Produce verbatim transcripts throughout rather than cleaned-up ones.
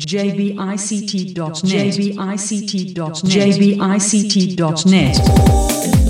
ジェイビーアイシーティードットネット ジェイビーアイシーティードットネット ジェイビーアイシーティードットネット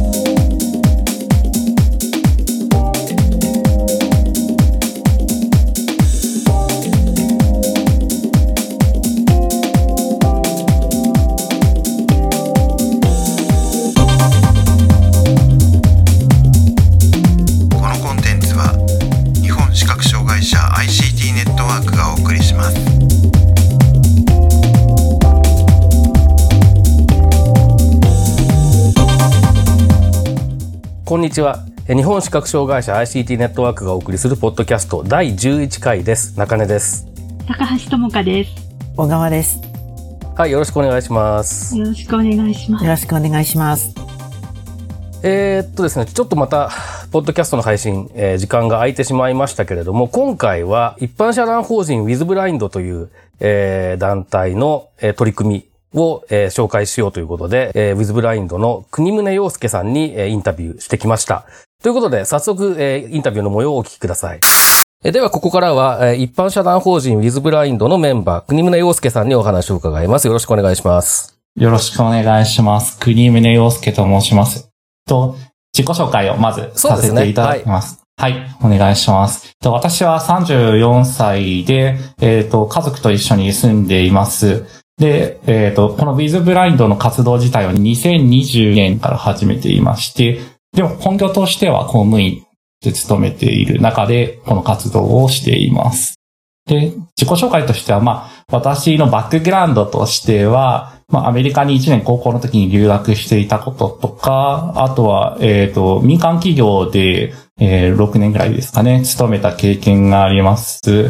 こんにちは。日本視覚障害者 アイシーティー ネットワークがお送りするポッドキャストだいじゅういっかいです。中根です。 高橋智香です。 小川です。 はい、よろしくお願いします。 よろしくお願いします。 よろしくお願いします。 えー、っとですね、ちょっとまたポッドキャストの配信、えー、時間が空いてしまいましたけれども、今回は一般社団法人 WithBlind という、えー、団体の、えー、取り組みを、えー、紹介しようということで、えー、WithBlind の国宗洋介さんに、えー、インタビューしてきました。ということで、早速、えー、インタビューの模様をお聞きください。えー、では、ここからは、えー、一般社団法人 WithBlind のメンバー、国宗洋介さんにお話を伺います。よろしくお願いします。 よろしくお願いします。国宗洋介と申します。と、自己紹介をまずさせていただきます。はい、はい、お願いします。と、私はさんじゅうよんさいで、えっと、家族と一緒に住んでいます。で、えっと、この WithBlind の活動自体はにせんにじゅうねんから始めていまして、でも本業としては公務員で勤めている中で、この活動をしています。で、自己紹介としては、まあ、私のバックグラウンドとしては、まあ、アメリカにいちねん高校の時に留学していたこととか、あとは、えっと、民間企業で、えー、ろくねんぐらいですかね、勤めた経験があります。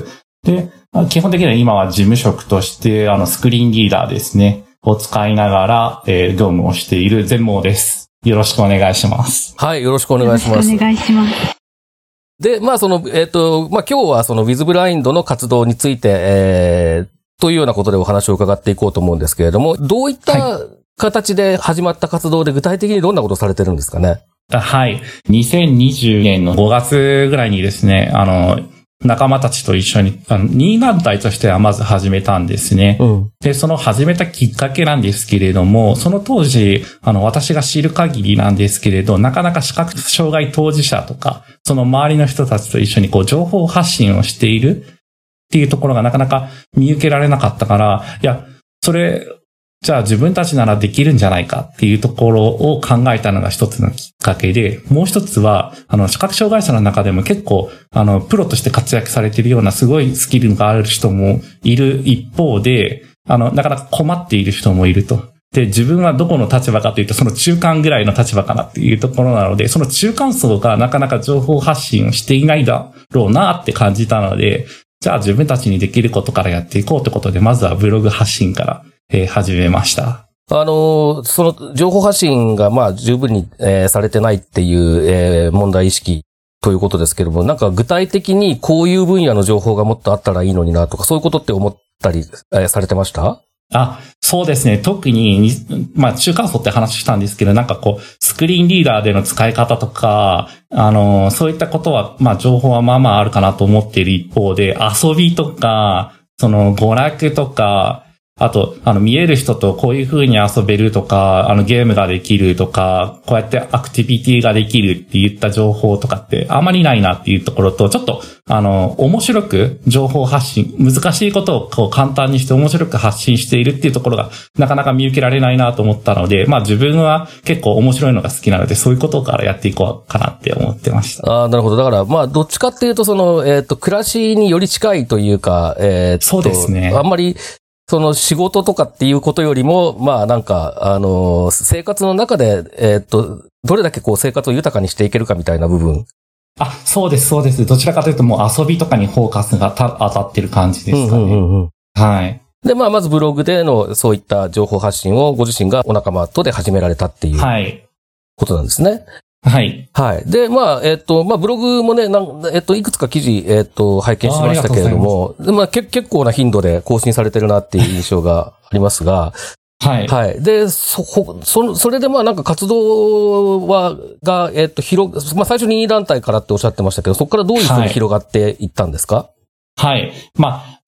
で、基本的には今は事務職として、あの、スクリーンリーダーですね、を使いながら、えー、業務をしている全盲です。よろしくお願いします。 はい、よろしくお願いします。 よろしくお願いします。 で、まあ、その、えっと、まあ、今日はその WithBlind の活動について、えー、というようなことでお話を伺っていこうと思うんですけれども、どういった形で始まった活動で具体的にどんなことをされてるんですかね？ はい。にせんにじゅうねんのごがつぐらいにですね、あの、仲間たちと一緒に、あの、任意団体としてはまず始めたんですね。うん、で、その始めたきっかけなんですけれども、その当時、あの、私が知る限りなんですけれど、なかなか視覚障害当事者とか、その周りの人たちと一緒にこう、情報発信をしているっていうところがなかなか見受けられなかったから、いや、それ、じゃあ自分たちならできるんじゃないかっていうところを考えたのが一つのきっかけで、もう一つは、あの、視覚障害者の中でも結構、あの、プロとして活躍されているようなすごいスキルがある人もいる一方で、あの、なかなか困っている人もいると。で、自分はどこの立場かというと、その中間ぐらいの立場かなっていうところなので、その中間層がなかなか情報発信をしていないだろうなって感じたので、じゃあ自分たちにできることからやっていこうってことで、まずはブログ発信から、えー、始めました。 あの、その情報発信がまあ十分に、えー、されてないっていう、えー、問題意識ということですけども、なんか具体的にこういう分野の情報がもっとあったらいいのになとか、そういうことって思ったり、えー、されてました？ あ、そうですね。特に、まあ中間層って話したんですけど、なんかこう、スクリーンリーダーでの使い方とか、あの、そういったことは、まあ情報はまあまああるかなと思っている一方で、遊びとか、その娯楽とか、あと、あの、見える人とこういう風に遊べるとか、あの、ゲームができるとか、こうやってアクティビティができるって言った情報とかってあまりないなっていうところと、ちょっと、あの、面白く情報発信、難しいことをこう簡単にして面白く発信しているっていうところがなかなか見受けられないなと思ったので、まあ自分は結構面白いのが好きなので、そういうことからやっていこうかなって思ってました。 ああ、なるほど。だから、まあ、どっちかっていうと、その、えっと、暮らしにより近いというか、えっと、 そうですね。 あんまり、その仕事とかっていうことよりも、まあなんか、あの、生活の中で、えー、っと、どれだけこう生活を豊かにしていけるかみたいな部分。 あ、そうです、そうです。どちらかというともう遊びとかにフォーカスがた当たってる感じですかね。うんうんうん、はい。 で、まあまずブログでのそういった情報発信をご自身がお仲間とで始められたっていう。はい。ことなんですね。 はい。 はい。で、まあ、えっと、まあ、ブログもね、なん、えっと、いくつか記事、えっと、拝見しましたけれども、でまあ、け、結構な頻度で更新されてるなっていう印象がありますが、 はい。 はい。で、そ、そ、それでまあなんか活動は、が、えっと、広、まあ最初に任意団体からっておっしゃってましたけど、そこからどういうふうに広がっていったんですか？ はい。はい。まあ、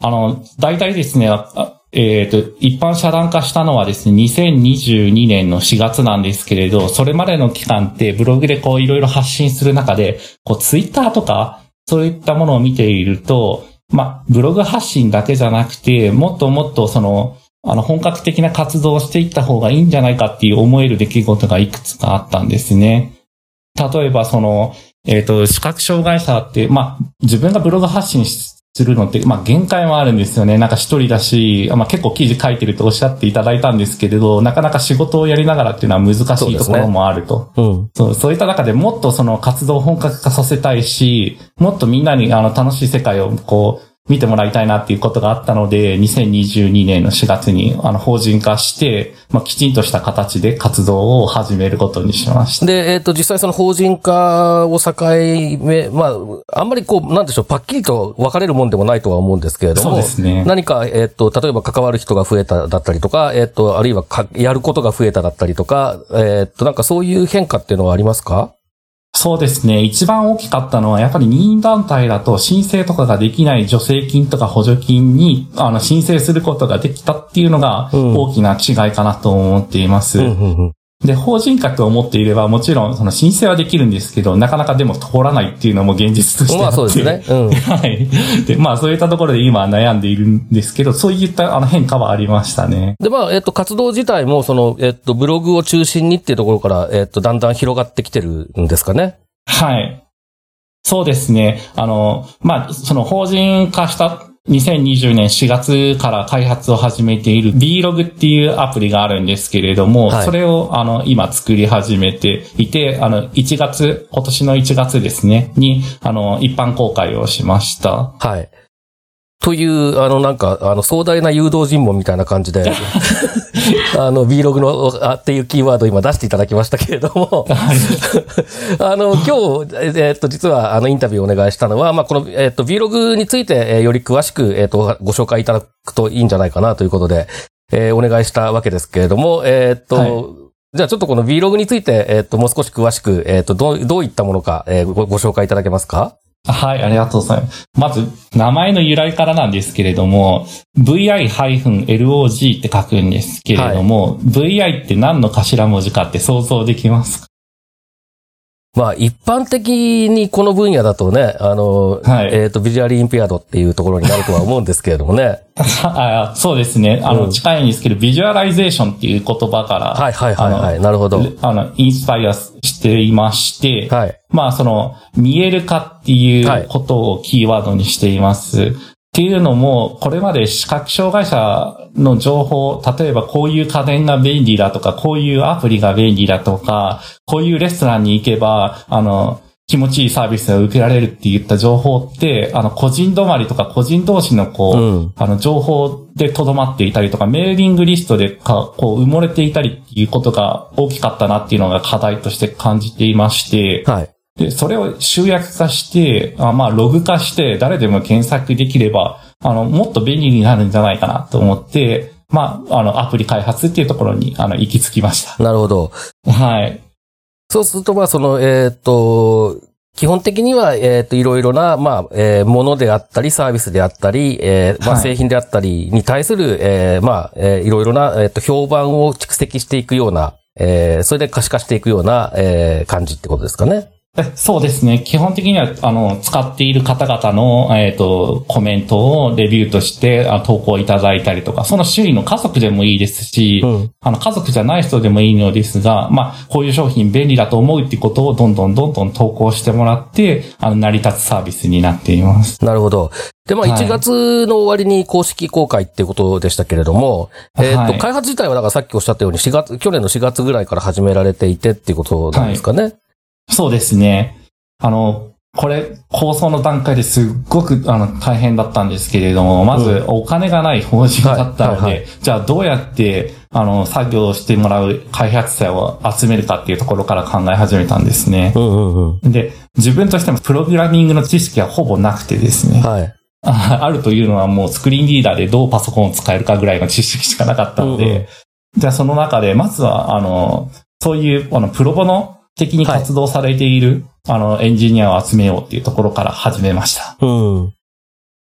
あの、大体ですね、えっと、一般社団化したのはですね、にせんにじゅうにねんのしがつなんですけれど、それまでの期間ってブログでこういろいろ発信する中で、こうツイッターとか、そういったものを見ていると、まあ、ブログ発信だけじゃなくて、もっともっとその、あの、本格的な活動をしていった方がいいんじゃないかっていう思える出来事がいくつかあったんですね。例えばその、えっと、視覚障害者って、まあ、自分がブログ発信するのって、まあ、限界もあるんですよね。なんか一人だし、まあ、結構記事書いてるとおっしゃっていただいたんですけれど、なかなか仕事をやりながらっていうのは難しいところもあると。そうですね。うん。そう、そういった中でもっとその活動を本格化させたいし、もっとみんなにあの楽しい世界をこう、見てもらいたいなっていうことがあったので、にせんにじゅうにねんのしがつにあの法人化して、まあ、きちんとした形で活動を始めることにしました。 で、えっと、実際その法人化を境目、まあ、あんまりこう、なんでしょう、パッキリと分かれるもんでもないとは思うんですけれども、 そうですね。 何か、えっと、例えば関わる人が増えただったりとか、えっと、あるいはかやることが増えただったりとか、えっと、なんかそういう変化っていうのはありますか？ そうですね。一番大きかったのは、やっぱり任意団体だと申請とかができない助成金とか補助金に、あの、申請することができたっていうのが大きな違いかなと思っています。うんうんうん、で、法人格を持っていれば、もちろん、その申請はできるんですけど、なかなかでも通らないっていうのも現実としてあって。 まあそうですね。うん。 はい。で、まあそういったところで今悩んでいるんですけど、そういったあの変化はありましたね。 で、まあ、えっと、活動自体も、その、えっと、ブログを中心にっていうところから、えっと、だんだん広がってきてるんですかね。 はい。そうですね。あの、まあ、その法人化したにせんにじゅうねんしがつから開発を始めている Vlog っていうアプリがあるんですけれども、はい、それをあの、今作り始めていて、あの、いちがつ、今年のいちがつですね、に、あの、一般公開をしました。 はい。という、あの、なんか、あの、壮大な誘導尋問みたいな感じで、あの、Vlog の、あっていうキーワードを今出していただきましたけれども、あの、今日、えっと、実は、あの、インタビューをお願いしたのは、まあ、この、えっと、Vlog について、えー、より詳しく、えっと、ご紹介いただくといいんじゃないかなということで、えー、お願いしたわけですけれども、えっと、はい、じゃあちょっとこの Vlog について、えっと、もう少し詳しく、えっと、どう、どういったものか、えー、ご、ご紹介いただけますか？ はい、ありがとうございます。まず、名前の由来からなんですけれども、ブイアイ エルオージー って書くんですけれども、はい、ブイアイ って何の頭文字かって想像できますか？ まあ、一般的にこの分野だとね、あの、はい、えっと、ビジュアリーインペアドっていうところになるとは思うんですけれどもね。 あ、そうですね。あの、うん、近いんですけど、ビジュアライゼーションっていう言葉から、 はいはいはいはい、なるほど。 あの、インスパイアしていまして、はい。まあ、その、見える化っていうことをキーワードにしています。はい、っていうのも、これまで視覚障害者の情報、例えばこういう家電が便利だとか、こういうアプリが便利だとか、こういうレストランに行けば、あの、気持ちいいサービスが受けられるって言った情報って、あの、個人止まりとか個人同士のこう、うん、あの、情報で留まっていたりとか、メーリングリストでか、こう、埋もれていたりっていうことが大きかったなっていうのが課題として感じていまして、はい。で、それを集約化して、あまあ、ログ化して、誰でも検索できれば、あの、もっと便利になるんじゃないかなと思って、まあ、あの、アプリ開発っていうところに、あの、行き着きました。 なるほど。 はい。 そうすると、まあ、その、えっと、基本的には、えっと、いろいろな、まあ、えー、ものであったり、サービスであったり、えー、まあ、製品であったりに対する、はい、えー、まあ、えー、いろいろな、えっと、評判を蓄積していくような、えー、それで可視化していくような、えー、感じってことですかね。 そうですね。基本的には、あの、使っている方々の、えっと、コメントをレビューとしてあ投稿いただいたりとか、その周囲の家族でもいいですし、うん、あの、家族じゃない人でもいいのですが、まあ、こういう商品便利だと思うっていうことをどんどんどんどん投稿してもらって、あの、成り立つサービスになっています。 なるほど。で、まあ、いちがつの終わりに公式公開っていうことでしたけれども、はい、えっと、開発自体は、だからさっきおっしゃったようにしがつ、去年のしがつぐらいから始められていてっていうことなんですかね。はい、 そうですね。あの、これ、構想の段階ですっごく、あの、大変だったんですけれども、まず、お金がない法人だったので、うんはいはいはい、じゃあどうやって、あの、作業をしてもらう開発者を集めるかっていうところから考え始めたんですね。うんうんうん、で、自分としてもプログラミングの知識はほぼなくてですね。はい。あるというのはもうスクリーンリーダーでどうパソコンを使えるかぐらいの知識しかなかったので、うんうん、じゃあその中で、まずは、あの、そういう、あの、プロボの的に活動されている、はい、あの、エンジニアを集めようっていうところから始めました。うん。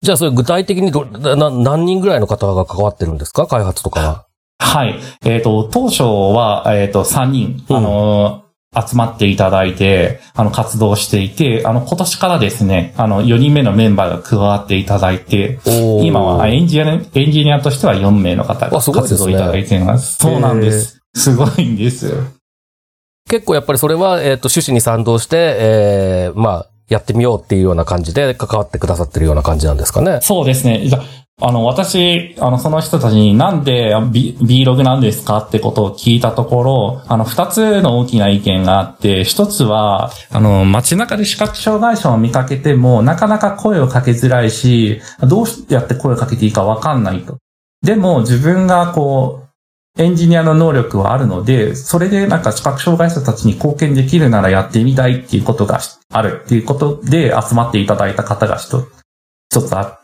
じゃあそれ具体的にどな何人ぐらいの方が関わってるんですか？開発とかは。 はい。えっ、ー、と、当初は、えっ、ー、と、さんにん、うん、あのー、集まっていただいて、あの、活動していて、あの、今年からですね、あの、よにんめのメンバーが加わっていただいて、今はエンジニア、エンジニアとしてはよんめいの方が活動いただいています。そうなんです。すごいんですよ。 結構やっぱりそれは、えっ、ー、と、趣旨に賛同して、えー、まあ、やってみようっていうような感じで関わってくださってるような感じなんですかね。 そうですね。あの、私、あの、その人たちになんで B、Vlog なんですかってことを聞いたところ、あの、二つの大きな意見があって、一つは、あの、街中で視覚障害者を見かけても、なかなか声をかけづらいし、どうやって声をかけていいかわかんないと。でも、自分がこう、エンジニアの能力はあるので、それでなんか視覚障害者たちに貢献できるならやってみたいっていうことがあるっていうことで集まっていただいた方が一つあって、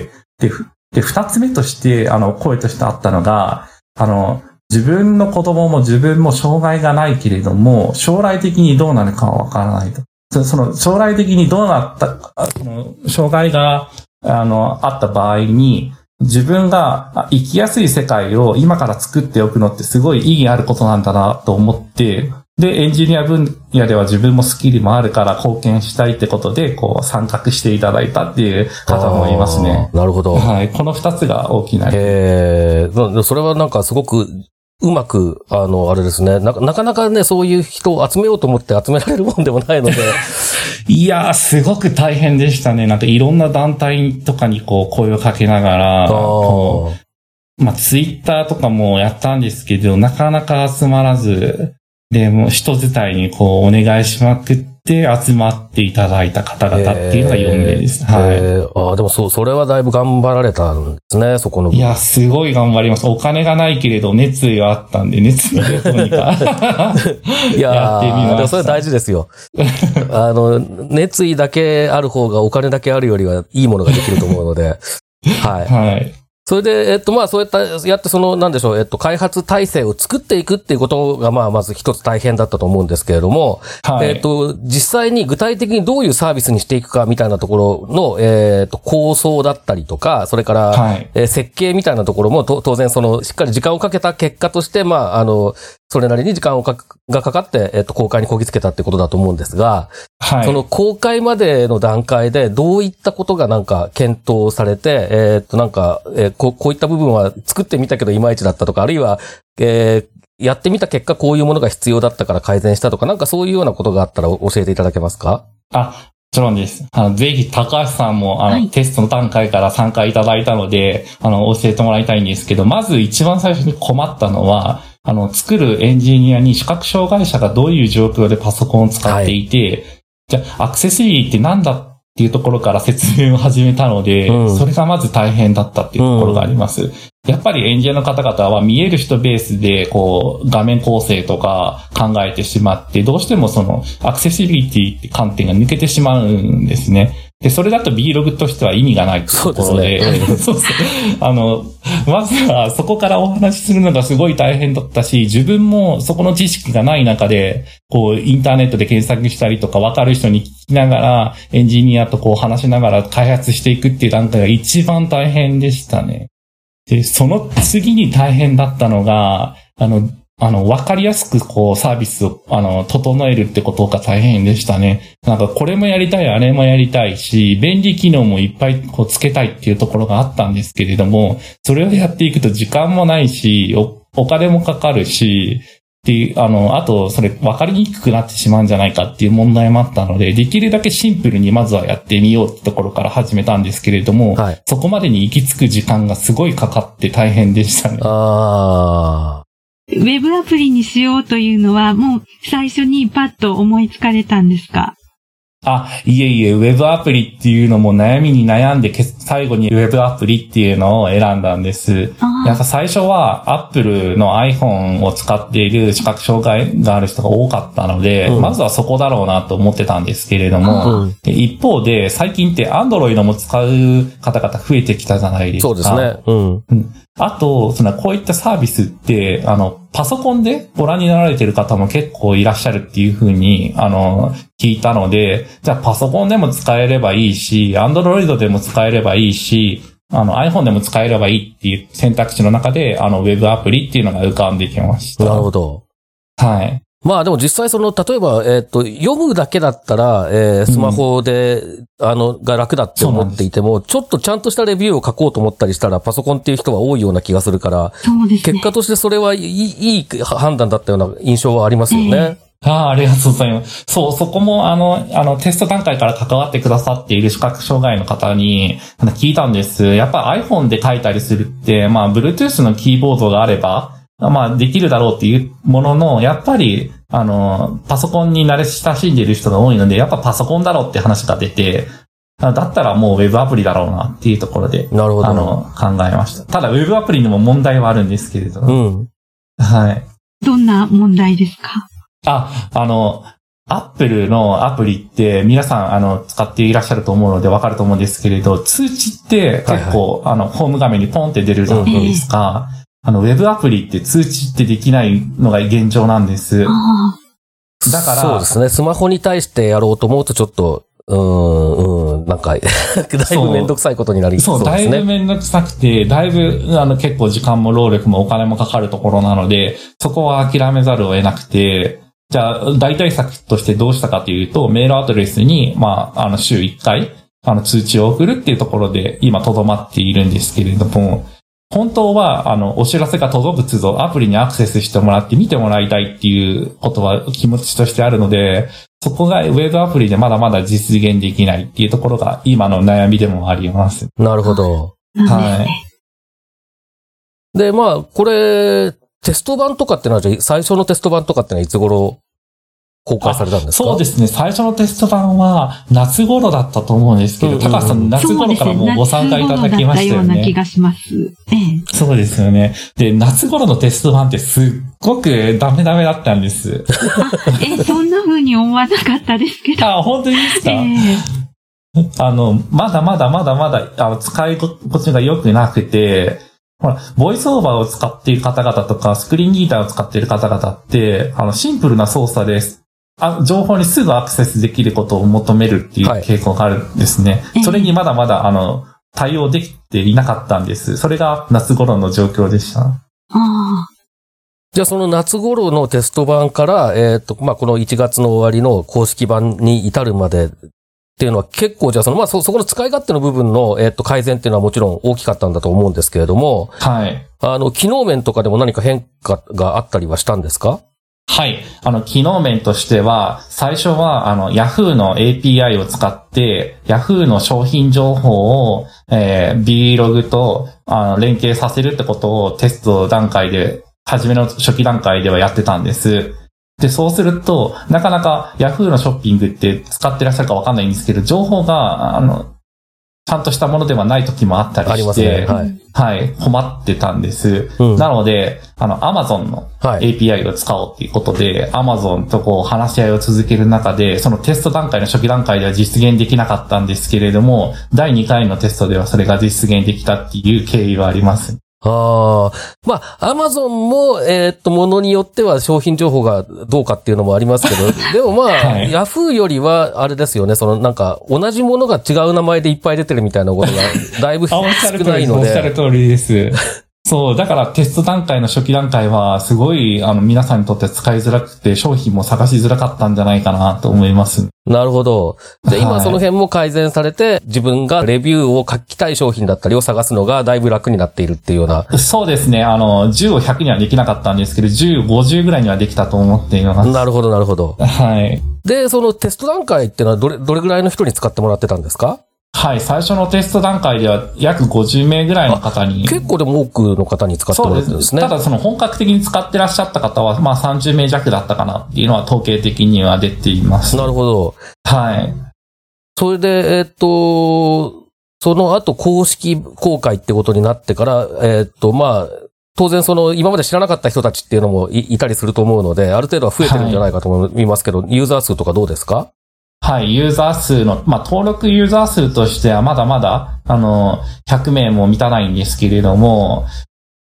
で、で、二つ目として、あの、声としてあったのが、あの、自分の子供も自分も障害がないけれども、将来的にどうなるかはわからないと。その、将来的にどうなった、その、障害が、あの、あった場合に、自分が生きやすい世界を今から作っておくのってすごい意義あることなんだなと思って、で、エンジニア分野では自分もスキルもあるから貢献したいってことで、こう、参画していただいたっていう方もいますね。 なるほど。 はい。この二つが大きな。 へー。それはなんかすごく、うまく、あの、あれですねな。なかなかね、そういう人を集めようと思って集められるもんでもないので。 いやー、すごく大変でしたね。なんかいろんな団体とかにこう、声をかけながら、こうまあ、ツイッターとかもやったんですけど、なかなか集まらず、で、もう人伝いにこうお願いしまくって集まっていただいた方々っていうのがよんめいです。はい。 ああ、でもそう、それはだいぶ頑張られたんですね、そこの。 いや、すごい頑張ります。お金がないけれど熱意はあったんで、熱意でとにかいややってみました。でもそれ大事ですよ。あの、熱意だけある方がお金だけあるよりはいいものができると思うので。はい。 はい。 それで、えっと、まあ、そういった、やって、その、なんでしょう、えっと、開発体制を作っていくっていうことが、まあ、まず一つ大変だったと思うんですけれども、はい、えっと、実際に具体的にどういうサービスにしていくかみたいなところの、えっと、構想だったりとか、それから、はい、えー、設計みたいなところも、と当然、その、しっかり時間をかけた結果として、まあ、あの、それなりに時間をかがかかって、えっと、公開にこぎつけたってことだと思うんですが、はい、その公開までの段階でどういったことがなんか検討されて、えっと、なんか、えー、こ, こういった部分は作ってみたけどいまいちだったとか、あるいは、えー、やってみた結果こういうものが必要だったから改善したとか、なんかそういうようなことがあったら教えていただけますか？ あ、もちろんです。あの、ぜひ高橋さんも、あの、はい、テストの段階から参加いただいたので、あの、教えてもらいたいんですけど、まず一番最初に困ったのは、あの、作るエンジニアに視覚障害者がどういう状況でパソコンを使っていて、はい、じゃあ、アクセシビリティって何だっていうところから説明を始めたので、うん、それがまず大変だったっていうところがあります。うん、やっぱりエンジニアの方々は見える人ベースで、こう、画面構成とか考えてしまって、どうしてもその、アクセシビリティって観点が抜けてしまうんですね。で、それだと Vlog としては意味がないっていうところで、そうですね。そうそう。あの、まずはそこからお話しするのがすごい大変だったし、自分もそこの知識がない中で、こう、インターネットで検索したりとか、わかる人に聞きながら、エンジニアとこう話しながら開発していくっていう段階が一番大変でしたね。で、その次に大変だったのが、あの、あの、わかりやすくこうサービスを、あの、整えるってことが大変でしたね。なんかこれもやりたい、あれもやりたいし、便利機能もいっぱいこうつけたいっていうところがあったんですけれども、それをやっていくと時間もないし、お、お金もかかるし、っていう、あの、あと、それ分かりにくくなってしまうんじゃないかっていう問題もあったので、できるだけシンプルにまずはやってみようってところから始めたんですけれども、はい、そこまでに行き着く時間がすごいかかって大変でしたね。 あー。 ウェブアプリにしようというのは、もう最初にパッと思いつかれたんですか？ あ、いえいえ、ウェブアプリっていうのも悩みに悩んで、最後にウェブアプリっていうのを選んだんです。やっぱ最初は Apple の iPhone を使っている視覚障害がある人が多かったので、うん、まずはそこだろうなと思ってたんですけれども、うん、一方で最近って Android も使う方々増えてきたじゃないですか。 そうですね。うん。 うん、あと、そのこういったサービスって、あの、 パソコンでご覧になられている方も結構いらっしゃるっていう風に、あの、聞いたので、じゃあパソコンでも使えればいいし、Android でも使えればいいし、あの iPhone でも使えればいいっていう選択肢の中で、あの、ウェブアプリっていうのが浮かんできました。 なるほど。 はい。 まあでも実際その、例えば、えっと、読むだけだったら、えー、スマホで、うん、あの、が楽だって思っていても、ちょっとちゃんとしたレビューを書こうと思ったりしたら、パソコンっていう人は多いような気がするから、 そうですね。 結果としてそれはいい、いい判断だったような印象はありますよね。 えー、ああ、ありがとうございます。そう、そこもあの、あの、テスト段階から関わってくださっている視覚障害の方に聞いたんです。やっぱ iPhone で書いたりするって、まあ、Bluetooth のキーボードがあれば、まあ、できるだろうっていうものの、やっぱり、あの、パソコンに慣れ親しんでいる人が多いので、やっぱパソコンだろうって話が出て、だったらもうウェブアプリだろうなっていうところで、 なるほど。 あの、考えました。ただ、ウェブアプリにも問題はあるんですけれど。うん。はい。 どんな問題ですか？ あ、あの、Apple のアプリって皆さん、あの、使っていらっしゃると思うのでわかると思うんですけれど、通知って結構、はいはい、あの、ホーム画面にポンって出るじゃないですか。うんあの、ウェブアプリって通知ってできないのが現状なんです。だから。 そうですね。スマホに対してやろうと思うとちょっと、うーん、うん、なんか、だいぶめんどくさいことになりそうですね。 そう、だいぶめんどくさくて、だいぶ、あの、結構時間も労力もお金もかかるところなので、そこは諦めざるを得なくて、じゃあ、代替策としてどうしたかというと、メールアドレスに、まあ、あの、週いっかい、あの、通知を送るっていうところで、今、とどまっているんですけれども、本当は、あの、お知らせが届く都度、アプリにアクセスしてもらって見てもらいたいっていうことは気持ちとしてあるので、そこがウェブアプリでまだまだ実現できないっていうところが今の悩みでもあります。 なるほど。 はい。 で、まあ、これ、テスト版とかってのは、じゃあ最初のテスト版とかってのはいつ頃公開されたんですか？ そうですね。最初のテスト版は夏頃だったと思うんですけど、高橋さん夏頃からもうご参加いただきましたよね。そうですね。夏頃だったような気がします。ええ。 そうですよね。で、夏頃のテスト版ってすっごくダメダメだったんです。 え、そんな風に思わなかったですけど。 あ、本当にですか？えー、あの、まだまだまだまだ、あの、使い心地が良くなくて、ほら、ボイスオーバーを使っている方々とか、スクリーンリーダーを使っている方々って、あの、シンプルな操作です。あ、情報にすぐアクセスできることを求めるっていう傾向があるんですね。はい、それにまだまだ、あの、対応できていなかったんです。それが夏頃の状況でした。ああ。 じゃあその夏頃のテスト版から、えっと、まあ、このいちがつの終わりの公式版に至るまでっていうのは結構じゃあその、まあ、そ、そこの使い勝手の部分の、えっと、改善っていうのはもちろん大きかったんだと思うんですけれども。 はい。 あの、機能面とかでも何か変化があったりはしたんですか？ はい。あの、機能面としては、最初は、あの、Yahoo の エーピーアイ を使って、Yahoo の商品情報を、えー、Vlog と、あの、連携させるってことをテスト段階で、初めの初期段階ではやってたんです。で、そうすると、なかなか Yahoo のショッピングって使ってらっしゃるかわかんないんですけど、情報が、あの、ちゃんとしたものではない時もあったりして、ありますね。はい。はい。困ってたんです。うん、なので、あの、Amazon の エーピーアイ を使おうっていうことで、はい、Amazon とこう話し合いを続ける中で、そのテスト段階の初期段階では実現できなかったんですけれども、だいにかいのテストではそれが実現できたっていう経緯はあります。 ああ。まあ、アマゾンも、えー、っと、ものによっては商品情報がどうかっていうのもありますけど、でもまあ、はい、ヤフーよりは、あれですよね、そのなんか、同じものが違う名前でいっぱい出てるみたいなことが、だいぶ少ないので。 おっしゃる通りです。そう、だからテスト段階の初期段階は、すごい、あの、皆さんにとって使いづらくて、商品も探しづらかったんじゃないかなと思います。 なるほど。じゃあ今その辺も改善されて、はい、自分がレビューを書きたい商品だったりを探すのがだいぶ楽になっているっていうような。 そうですね。あの、じゅうをひゃくにはできなかったんですけど、じゅう、ごじゅうぐらいにはできたと思っています。 なるほど、なるほど。 はい。 で、そのテスト段階っていうのはどれ、どれぐらいの人に使ってもらってたんですか？ はい、最初のテスト段階では約ごじゅうめいぐらいの方に。 結構でも多くの方に使ってもらってるんですね。 ただその本格的に使ってらっしゃった方は、まあさんじゅうめいじゃくだったかなっていうのは統計的には出ています。 なるほど。 はい。 それで、えっと、その後公式公開ってことになってから、えっと、まあ、当然その今まで知らなかった人たちっていうのも い, いたりすると思うので、ある程度は増えてるんじゃないかと思いますけど、はい、ユーザー数とかどうですか？ はい、ユーザー数の、まあ、登録ユーザー数としてはまだまだ、あの、ひゃくめいも満たないんですけれども、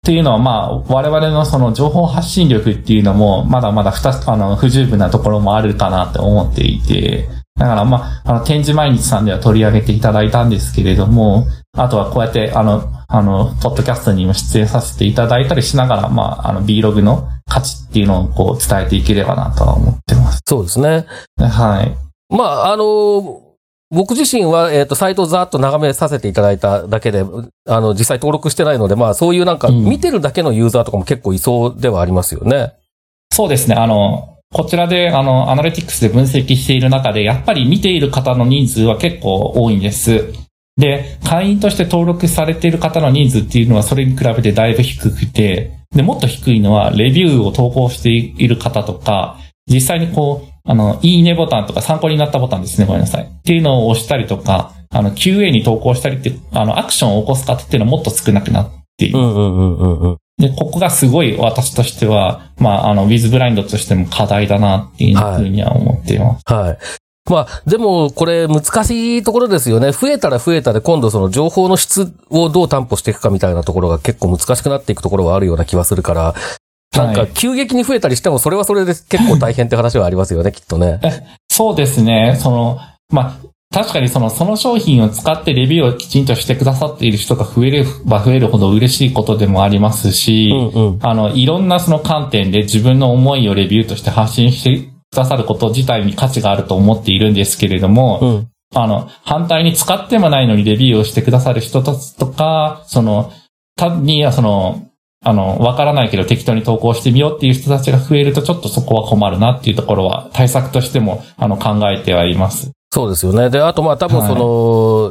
っていうのは、まあ、我々のその情報発信力っていうのも、まだまだふた、あの、不十分なところもあるかなと思っていて、だからまあ、あの、展示毎日さんでは取り上げていただいたんですけれども、あとはこうやって、あの、あの、ポッドキャストにも出演させていただいたりしながら、まあ、あの、Vlog の価値っていうのをこう、伝えていければなとは思ってます。 そうですね。 はい。 まあ、あの、僕自身は、えっと、サイトをざーっと眺めさせていただいただけで、あの、実際登録してないので、まあ、そういうなんか、見てるだけのユーザーとかも結構いそうではありますよね。うん、 そうですね。あの、こちらで、あの、アナリティクスで分析している中で、やっぱり見ている方の人数は結構多いんです。で、会員として登録されている方の人数っていうのはそれに比べてだいぶ低くて、で、もっと低いのは、レビューを投稿している方とか、実際にこう、あの、いいねボタンとか参考になったボタンですね、ごめんなさい。っていうのを押したりとか、あの、キューエー に投稿したりって、あの、アクションを起こす方っていうのはもっと少なくなっている。 うんうんうんうんうん。 で、ここがすごい私としては、まあ、あの、ウィズブラインドとしても課題だなっていうふうには思っています。 はい。はい。まあ、でも、これ難しいところですよね。増えたら増えたで、今度その情報の質をどう担保していくかみたいなところが結構難しくなっていくところはあるような気はするから、なんか急激に増えたりしても、それはそれで結構大変って話はありますよね、きっとね。 そうですね。その、まあ、確かにその、その商品を使ってレビューをきちんとしてくださっている人が増えれば増えるほど嬉しいことでもありますし、うんうん、あの、いろんなその観点で自分の思いをレビューとして発信してくださること自体に価値があると思っているんですけれども、うん、あの、反対に使ってもないのにレビューをしてくださる人たちとか、その、単に、その、あの、わからないけど適当に投稿してみようっていう人たちが増えるとちょっとそこは困るなっていうところは対策としてもあの考えてはいます。 そうですよね。で、あとまあ多分その、はい、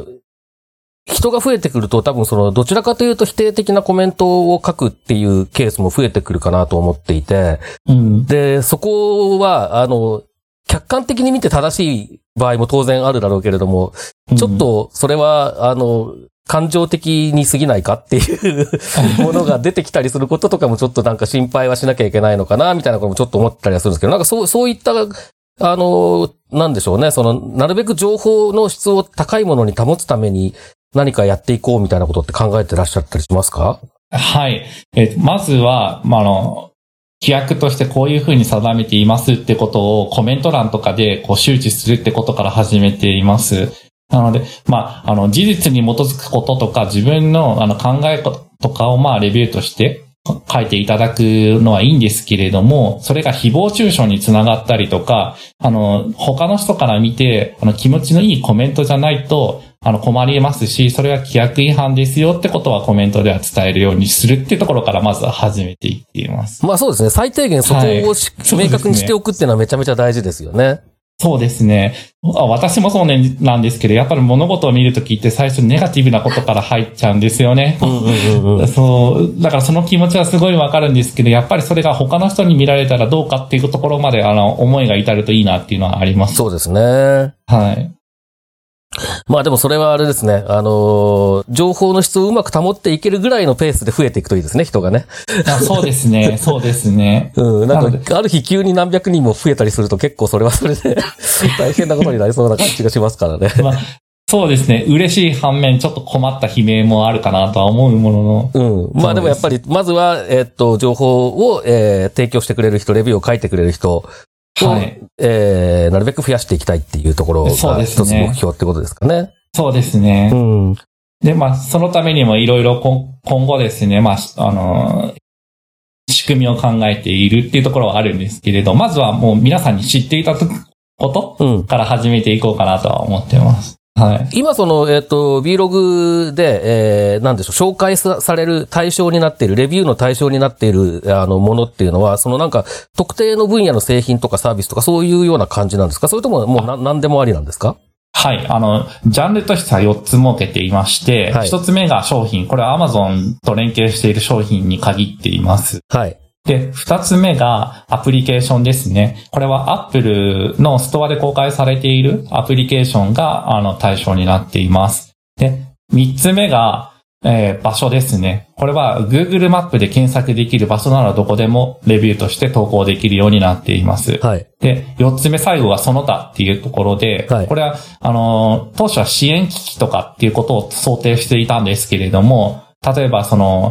人が増えてくると多分そのどちらかというと否定的なコメントを書くっていうケースも増えてくるかなと思っていて、うん、で、そこはあの、客観的に見て正しい場合も当然あるだろうけれども、うん、ちょっとそれはあの、感情的に過ぎないかっていうものが出てきたりすることとかもちょっとなんか心配はしなきゃいけないのかなみたいなこともちょっと思ったりはするんですけど、なんかそう、そういった、あの、なんでしょうね、その、なるべく情報の質を高いものに保つために何かやっていこうみたいなことって考えてらっしゃったりしますか？ はい。え、まずは、まあ、あの、規約としてこういうふうに定めていますってことをコメント欄とかでこう周知するってことから始めています。なので、まあ、あの、事実に基づくこととか、自分の、あの、考えとかを、まあ、レビューとして書いていただくのはいいんですけれども、それが誹謗中傷につながったりとか、あの、他の人から見て、あの、気持ちのいいコメントじゃないと、あの、困りますし、それは規約違反ですよってことはコメントでは伝えるようにするっていうところからまずは始めていっています。 まあそうですね。最低限そこを、はい、明確にしておくっていうのはめちゃめちゃ大事ですよね。 そうですね。私もそうなんですけど、やっぱり物事を見るときって最初ネガティブなことから入っちゃうんですよね。うんうんうん、そう。だからその気持ちはすごいわかるんですけど、やっぱりそれが他の人に見られたらどうかっていうところまで、あの、思いが至るといいなっていうのはあります。 そうですね。 はい。 まあでもそれはあれですね。あのー、情報の質をうまく保っていけるぐらいのペースで増えていくといいですね、人がね。 あ、そうですね。そうですね。 うん。なんか、ある日急に何百人も増えたりすると結構それはそれで大変なことになりそうな感じがしますからね。まあ、 そうですね。嬉しい反面、ちょっと困った悲鳴もあるかなとは思うものの。 うん。まあでもやっぱり、まずは、えー、っと、情報を、えー、提供してくれる人、レビューを書いてくれる人、はい。えー、なるべく増やしていきたいっていうところが一つ目標ってことですかね。 そうですね。 うん。 で、まあ、そのためにもいろいろ今後ですね、まあ、あの、仕組みを考えているっていうところはあるんですけれど、まずはもう皆さんに知っていただくことから始めていこうかなとは思ってます。はい。 今その、えっと、Vlog で、えー、なんでしょう、紹介される対象になっている、レビューの対象になっている、あの、ものっていうのは、そのなんか、特定の分野の製品とかサービスとかそういうような感じなんですか？それとももうな何でもありなんですか？ はい。あの、ジャンルとしてはよっつ設けていまして、はい、ひとつめが商品。これは Amazon と連携している商品に限っています。 はい。 で、二つ目がアプリケーションですね。これは Apple のストアで公開されているアプリケーションがあの対象になっています。で、三つ目が、えー、場所ですね。これは Google マップで検索できる場所ならどこでもレビューとして投稿できるようになっています。 はい。 で、四つ目最後がその他っていうところで、はい、これは、あの、当初は支援機器とかっていうことを想定していたんですけれども、例えばその、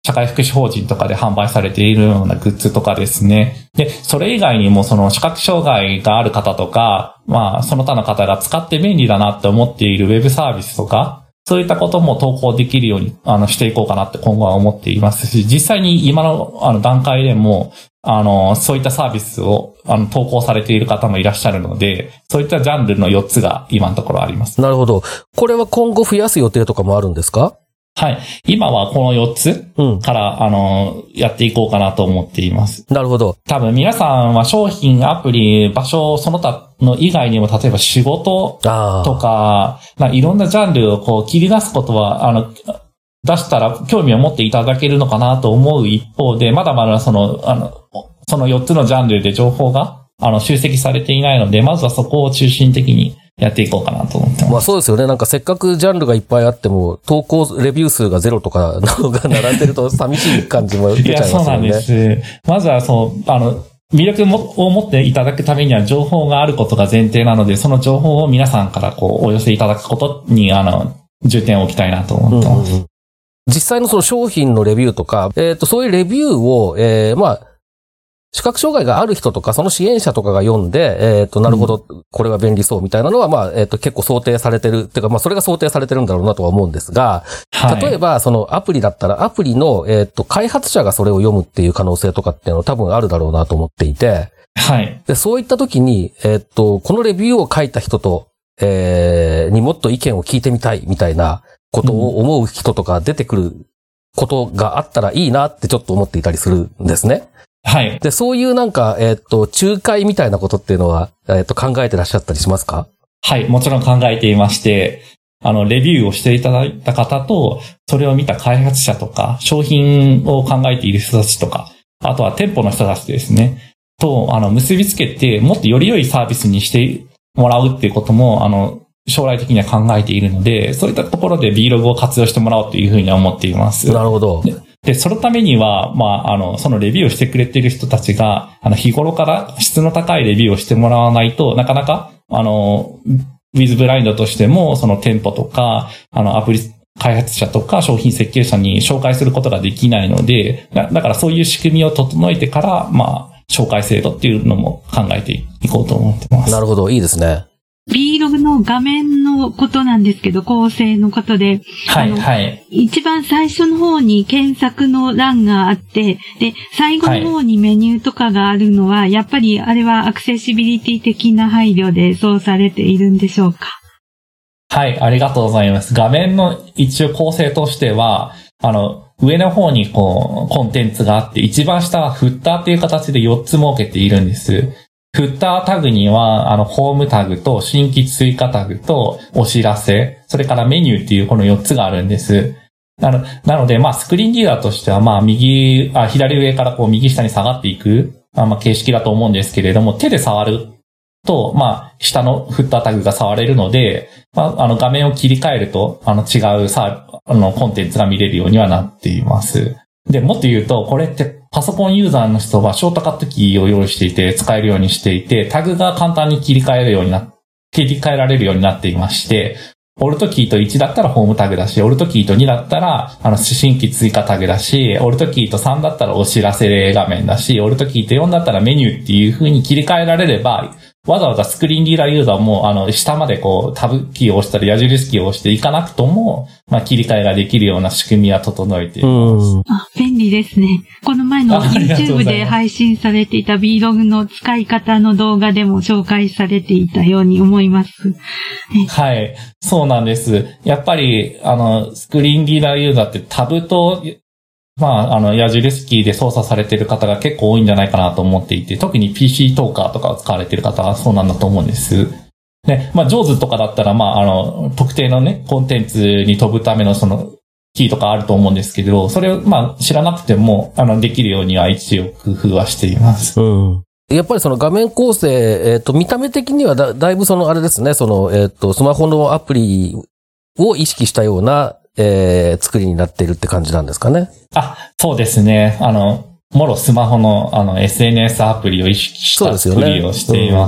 社会福祉法人とかで販売されているようなグッズとかですね。で、それ以外にもその視覚障害がある方とか、まあその他の方が使って便利だなって思っているウェブサービスとか、そういったことも投稿できるようにあのしていこうかなって今後は思っていますし、実際に今のあの段階でも、あの、そういったサービスをあの投稿されている方もいらっしゃるので、そういったジャンルのよっつが今のところあります。 なるほど。これは今後増やす予定とかもあるんですか？ はい。今はこのよっつから、うん、あの、やっていこうかなと思っています。 なるほど。 多分皆さんは商品、アプリ、場所、その他の以外にも、例えば仕事とか、まあ、いろんなジャンルをこう切り出すことは、あの、出したら興味を持っていただけるのかなと思う一方で、まだまだその、あの、そのよっつのジャンルで情報が、あの、集積されていないので、まずはそこを中心的にやっていこうかなと思ってます。 まあそうですよね。なんかせっかくジャンルがいっぱいあっても、投稿レビュー数がゼロとかのが並んでると寂しい感じも出ちゃいますよね。いや、そうなんです。まずはそう、あの、魅力を持っていただくためには情報があることが前提なので、その情報を皆さんからこう、お寄せいただくことに、あの、重点を置きたいなと思ってます。うんうん、 実際のその商品のレビューとか、えっと、そういうレビューを、えー、まあ、視覚障害がある人とか、その支援者とかが読んで、えっと、なるほど、これは便利そうみたいなのは、まあ、えっと、結構想定されてる、っていうか、まあ、それが想定されてるんだろうなとは思うんですが、はい、例えば、そのアプリだったら、アプリの、えっと、開発者がそれを読むっていう可能性とかっていうのは多分あるだろうなと思っていて、 はい。 で、そういった時に、えっと、このレビューを書いた人と、えー、にもっと意見を聞いてみたいみたいなことを思う人とか出てくることがあったらいいなってちょっと思っていたりするんですね。 はい。 で、そういうなんか、えっと、仲介みたいなことっていうのは、えっと、考えてらっしゃったりしますか？ はい、もちろん考えていまして、あの、レビューをしていただいた方と、それを見た開発者とか、商品を考えている人たちとか、あとは店舗の人たちですね、と、あの、結びつけて、もっとより良いサービスにしてもらうっていうことも、あの、将来的には考えているので、そういったところで Vlog を活用してもらおうというふうには思っています。 なるほど。 で、そのためには、まあ、あの、そのレビューをしてくれている人たちが、あの、日頃から質の高いレビューをしてもらわないとなかなか、あの、ウィズブラインドとしても、その店舗とか、あの、アプリ開発者とか商品設計者に紹介することができないので、だからそういう仕組みを整えてから、まあ、紹介制度っていうのも考えていこうと思ってます。 なるほど、いいですね。 Vlog の画面のことなんですけど、構成のことで。 はい、はい。 一番最初の方に検索の欄があって、で、最後の方にメニューとかがあるのは、はい、やっぱりあれはアクセシビリティ的な配慮でそうされているんでしょうか？ はい、ありがとうございます。画面の一応構成としては、あの、上の方にこう、コンテンツがあって、一番下はフッターっていう形でよっつ設けているんです。フッタータグには、あの、ホームタグと新規追加タグとお知らせ、それからメニューっていうこのよっつがあるんです。なの、なので、まあ、スクリーンリーダーとしては、まあ、右、あ、左上からこう、右下に下がっていく、あまあ、形式だと思うんですけれども、手で触ると、まあ、下のフッタータグが触れるので、まあ、あの、画面を切り替えると、あの、違うさ、あの、コンテンツが見れるようにはなっています。で、もっと言うと、これってパソコンユーザーの人はショートカットキーを用意していて使えるようにしていて、タグが簡単に切り替えるようにな、切り替えられるようになっていまして、オルトキーといちだったらホームタグだし、オルトキーとにだったら、あの、新規追加タグだし、オルトキーとさんだったらお知らせ画面だし、オルトキーとよんだったらメニューっていう風に切り替えられれば、わざわざスクリーンリーダーユーザーも、あの、下までこう、タブキーを押したり、矢印キーを押していかなくとも、まあ、切り替えができるような仕組みは整えています。 あ、便利ですね。この前の YouTube で配信されていた Vlog の使い方の動画でも紹介されていたように思います。 はい。そうなんです。やっぱり、あの、スクリーンリーダーユーザーってタブと、まあ、あの、矢印キーで操作されている方が結構多いんじゃないかなと思っていて、特に ピーシー トーカーとかを使われている方はそうなんだと思うんです。で、まあ、ジョーズとかだったら、まあ、あの、特定のね、コンテンツに飛ぶためのその、キーとかあると思うんですけど、それを、まあ、知らなくても、あの、できるようには一応工夫はしています。 うん。やっぱりその画面構成、えっと、見た目的にはだ、だいぶその、あれですね、その、えっと、スマホのアプリを意識したような、えー、作りになっているって感じなんですかね。 あ、そうですね。あの、もろスマホの、あの、エスエヌエス アプリを意識した作りをしています。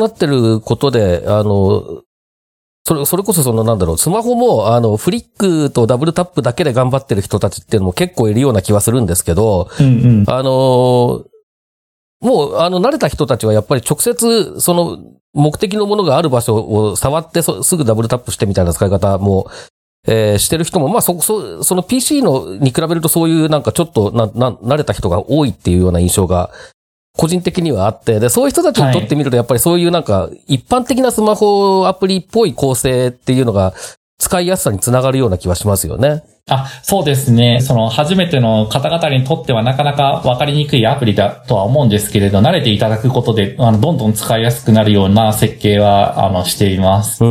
そうですよね。うん、多分、それ、そうなってることで、あの、 それ、それこそそのなんだろう、スマホも、あの、フリックとダブルタップだけで頑張ってる人たちっていうのも結構いるような気はするんですけど、 うんうん、 あの、もう、あの、慣れた人たちはやっぱり直接、その、目的のものがある場所を触ってすぐダブルタップしてみたいな使い方も、えー、してる人も、まあ、そ、そ、その ピーシー のに比べるとそういうなんかちょっとな、な、慣れた人が多いっていうような印象が、個人的にはあって、で、そういう人たちにとってみると、やっぱりそういうなんか、一般的なスマホアプリっぽい構成っていうのが、使いやすさにつながるような気はしますよね。 あ、そうですね。その、初めての方々にとってはなかなか分かりにくいアプリだとは思うんですけれど、慣れていただくことで、あの、どんどん使いやすくなるような設計は、あの、しています。 うん。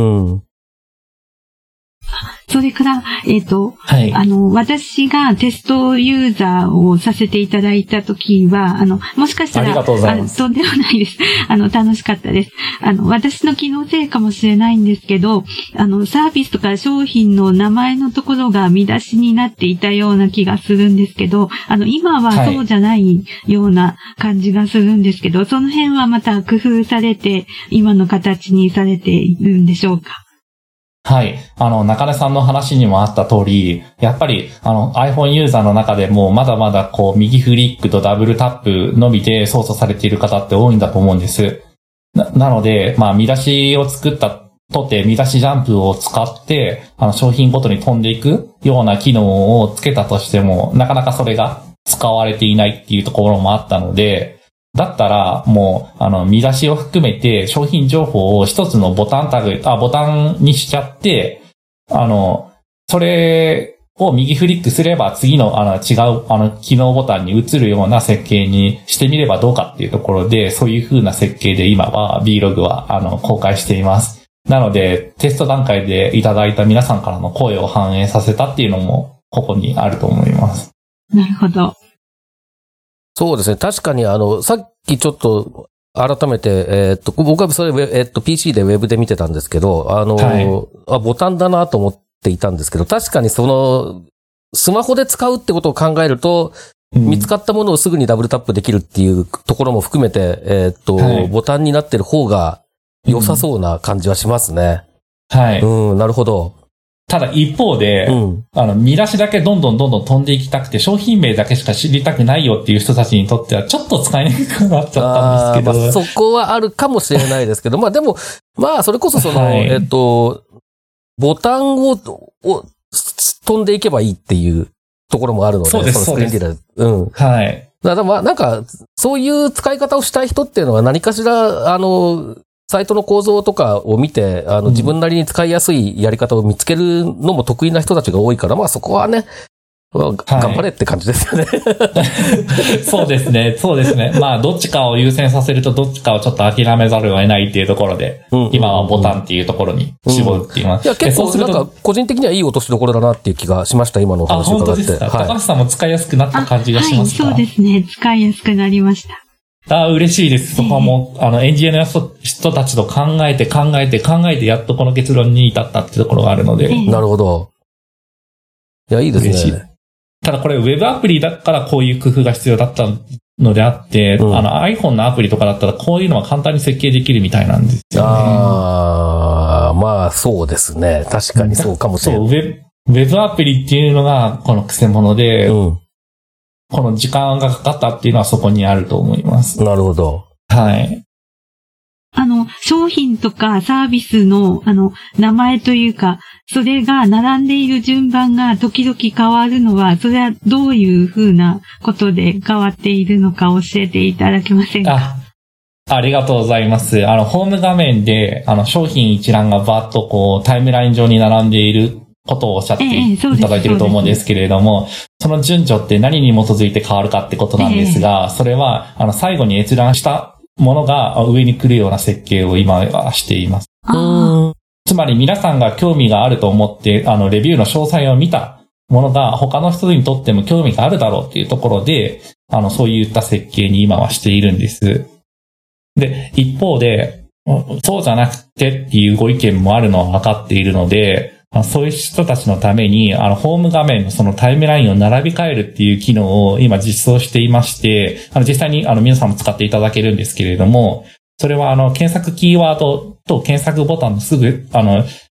それから、えっと、 はい、 あの、私がテストユーザーをさせていただいたときは、あの、もしかしたら、 ありがとうございます。 とんでもないです。あの、楽しかったです。あの、私の機能性かもしれないんですけど、あの、サービスとか商品の名前のところが見出しになっていたような気がするんですけど、あの、今はそうじゃないような感じがするんですけど、はい、その辺はまた工夫されて、今の形にされているんでしょうか？ はい。あの、中根さんの話にもあった通り、やっぱり、あの、iPhone ユーザーの中でも、まだまだ、こう、右フリックとダブルタップのみで操作されている方って多いんだと思うんです。な、なので、まあ、見出しを作ったとて、見出しジャンプを使って、あの、商品ごとに飛んでいくような機能をつけたとしても、なかなかそれが使われていないっていうところもあったので、だったら、もう、あの、見出しを含めて、商品情報を一つのボタンタグ、あ、ボタンにしちゃって、あの、それを右フリックすれば、次の、あの、違う、あの、機能ボタンに移るような設計にしてみればどうかっていうところで、そういう風な設計で今は Vlog は、あの、公開しています。なので、テスト段階でいただいた皆さんからの声を反映させたっていうのも、ここにあると思います。 なるほど。 そうですね。確かにあの、さっきちょっと改めて、えー、っと、僕はそれ、えー、っと、ピーシー でウェブで見てたんですけど、あの、はい、あ、ボタンだなと思っていたんですけど、確かにその、スマホで使うってことを考えると、うん、見つかったものをすぐにダブルタップできるっていうところも含めて、えー、っと、はい、ボタンになってる方が良さそうな感じはしますね。 はい。 うん、なるほど。 ただ一方で、うん、あの、見出しだけどんどんどんどん飛んでいきたくて、商品名だけしか知りたくないよっていう人たちにとっては、ちょっと使いにくくなっちゃったんですけど。 まあ、そこはあるかもしれないですけど、まあでも、まあ、それこそその、はい、えっと、ボタンを、を、飛んでいけばいいっていうところもあるので、 そうです、 そのスクリーンリーダー。うん。 はい。 だからまあ、なんか、そういう使い方をしたい人っていうのは何かしら、あの、サイトの構造とかを見て、あの、自分なりに使いやすいやり方を見つけるのも得意な人たちが多いから、まあそこはね、頑張れって感じですよね。 そうですね。そうですね。まあ、どっちかを優先させると、どっちかをちょっと諦めざるを得ないっていうところで、うんうんうん、今はボタンっていうところに絞るっていうのは、うん、 いや、結構なんか、個人的にはいい落としどころだなっていう気がしました、今のお話を伺って。あ、本当ですか。 はい、高橋さんも使いやすくなった感じがしますか？ はい、そうですね。使いやすくなりました。 ああ、嬉しいです。そこはもう、あの、エンジニアの人たちと考えて考えて考えて、やっとこの結論に至ったっていうところがあるので。 なるほど。いや、いいですね。 ただこれ、ウェブアプリだからこういう工夫が必要だったのであって、うん、あの、iPhone のアプリとかだったらこういうのは簡単に設計できるみたいなんですよね。 ああ、まあ、そうですね。確かにそうかもしれない。 そう、ウェブ、ウェブアプリっていうのがこの癖者で、うんこの時間がかかったっていうのはそこにあると思います。 なるほど。 はい。 あの、商品とかサービスの、あの、名前というか、それが並んでいる順番が時々変わるのは、それはどういうふうなことで変わっているのか教えていただけませんか？ あ、ありがとうございます。あの、ホーム画面で、あの、商品一覧がバーッとこう、タイムライン上に並んでいることをおっしゃっていただいていると思うんですけれども、その順序って何に基づいて変わるかってことなんですが、それは、あの、最後に閲覧したものが上に来るような設計を今はしています。つまり皆さんが興味があると思って、あの、レビューの詳細を見たものが他の人にとっても興味があるだろうっていうところで、あの、そういった設計に今はしているんです。で、一方で、そうじゃなくてっていうご意見もあるのは分かっているので、そういう人たちのために、あの、ホーム画面のそのタイムラインを並び替えるっていう機能を今実装していまして、あの、実際にあの、皆さんも使っていただけるんですけれども、それはあの、検索キーワードと検索ボタンのすぐ、あの、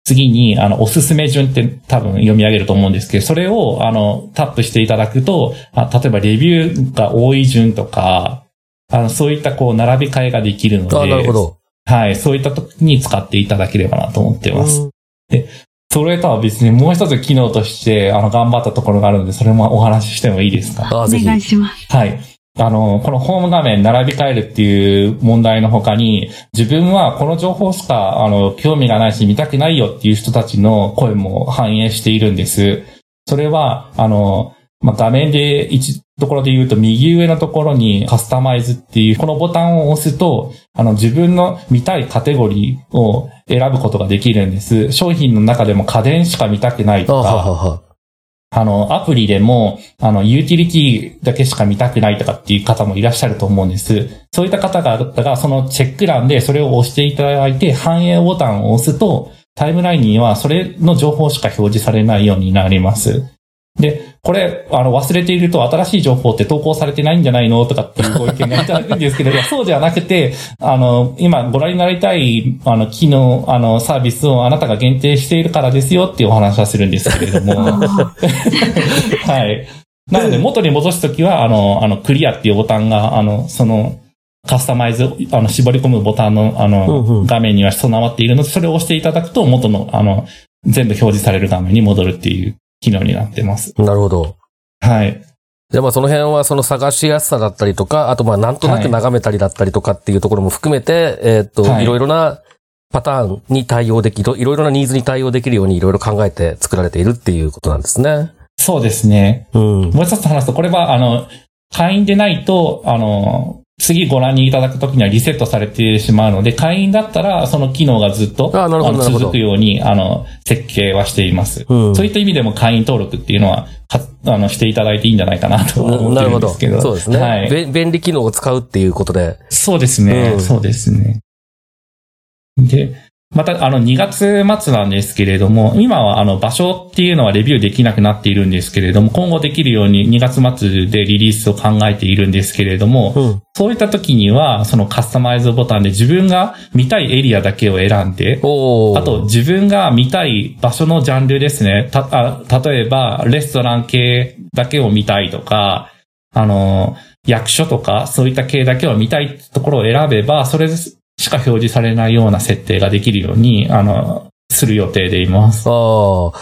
次に、あの、おすすめ順って多分読み上げると思うんですけど、それを、あの、タップしていただくと、あ例えばレビューが多い順とか、あの、そういったこう、並び替えができるので、 あ、なるほど。 はい、そういった時に使っていただければなと思っています。で、それとは別にもう一つ機能として、あの、頑張ったところがあるので、それもお話ししてもいいですか？ あ、ぜひ。お願いします。 はい。あの、このホーム画面並び替えるっていう問題の他に、自分はこの情報しか、あの、興味がないし見たくないよっていう人たちの声も反映しているんです。それは、あの、まあ、画面で一ところで言うと右上のところにカスタマイズっていうこのボタンを押すと、あの、自分の見たいカテゴリーを選ぶことができるんです。商品の中でも家電しか見たくないとか、 あははあの、アプリでも、あの、ユーティリティだけしか見たくないとかっていう方もいらっしゃると思うんです。そういった方が、そのチェック欄でそれを押していただいて、反映ボタンを押すと、タイムラインにはそれの情報しか表示されないようになります。で、これ、あの、忘れていると新しい情報って投稿されてないんじゃないのとかっていうご意見がいただくんですけど、いや、そうじゃなくて、あの、今ご覧になりたい、あの、機能、あの、サービスをあなたが限定しているからですよっていうお話はするんですけれども。はい。なので、元に戻すときは、あの、あの、クリアっていうボタンが、あの、その、カスタマイズ、あの、絞り込むボタンの、あの、うんうん、画面には備わっているので、それを押していただくと、元の、あの、全部表示される画面に戻るっていう機能になってます。 なるほど。 はい。 じゃあまあその辺はその探しやすさだったりとか、あとまあなんとなく眺めたりだったりとかっていうところも含めて、はい、えっと、はい、いろいろなパターンに対応できる、いろいろなニーズに対応できるようにいろいろ考えて作られているっていうことなんですね。 そうですね。 うん。 もう一つ話すと、これはあの、会員でないと、あの、次ご覧にいただくときにはリセットされてしまうので、会員だったらその機能がずっとあの続くようにあの設計はしています、うん。そういった意味でも会員登録っていうのはあのしていただいていいんじゃないかなと思ってるんですけど。 なるほど。そうですね、 はい。 便利機能を使うっていうことで。 そうですね。うん、そうですね。で、また、あの、にがつ末なんですけれども、今は、あの、場所っていうのはレビューできなくなっているんですけれども、今後できるようににがつ末でリリースを考えているんですけれども、うん、そういった時には、そのカスタマイズボタンで自分が見たいエリアだけを選んで、あと、自分が見たい場所のジャンルですね。た、あ、例えば、レストラン系だけを見たいとか、あの、役所とか、そういった系だけを見たいところを選べば、それです。しか表示されないような設定ができるように、あの、する予定でいます。 ああ。はい。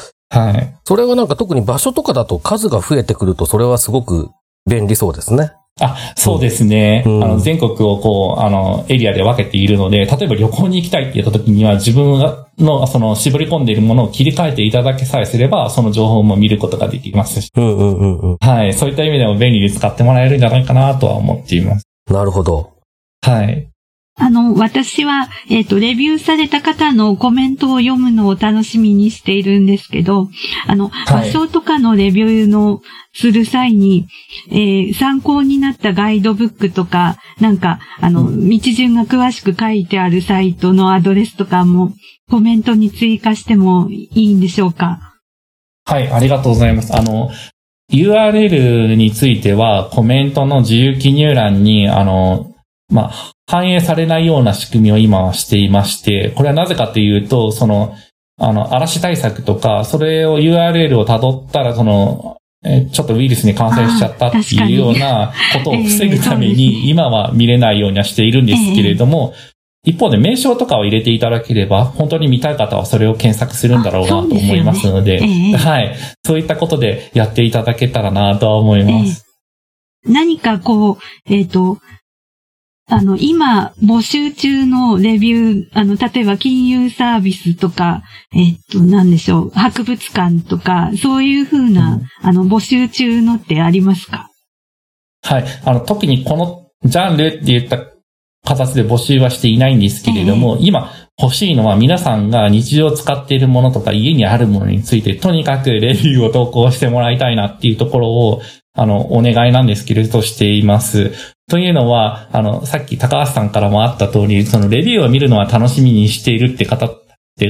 それはなんか特に場所とかだと数が増えてくると、それはすごく便利そうですね。 あ、そうですね。うん、あの、全国をこう、あの、エリアで分けているので、例えば旅行に行きたいって言った時には、自分がの、その、絞り込んでいるものを切り替えていただけさえすれば、その情報も見ることができますし。 うんうんうんうん。 はい。そういった意味でも便利に使ってもらえるんじゃないかなとは思っています。 なるほど。 はい。 あの、私は、えっと、レビューされた方のコメントを読むのを楽しみにしているんですけど、あの、はい、場所とかのレビューのする際に、えー、参考になったガイドブックとか、なんか、あの、道順が詳しく書いてあるサイトのアドレスとかもコメントに追加してもいいんでしょうか？ はい、ありがとうございます。あの、ユーアールエル についてはコメントの自由記入欄に、あの、まあ、反映されないような仕組みを今はしていまして、これはなぜかというと、その、あの、嵐対策とか、それを ユーアールエル を辿ったら、その、え、ちょっとウイルスに感染しちゃったっていうようなことを防ぐために、今は見れないようにはしているんですけれども、一方で名称とかを入れていただければ、本当に見たい方はそれを検索するんだろうなと思いますので、はい。そういったことでやっていただけたらなとは思います。 何かこう、えっと、あの、今、募集中のレビュー、あの、例えば金融サービスとか、えっと、なんでしょう、博物館とか、そういうふうな、うん、あの、募集中のってありますか？ はい。あの、特にこのジャンルって言った形で募集はしていないんですけれども、えー、今欲しいのは皆さんが日常使っているものとか家にあるものについて、とにかくレビューを投稿してもらいたいなっていうところを、あの、お願いなんですけれどしています。というのは、あの、さっき高橋さんからもあった通り、そのレビューを見るのは楽しみにしているって方って、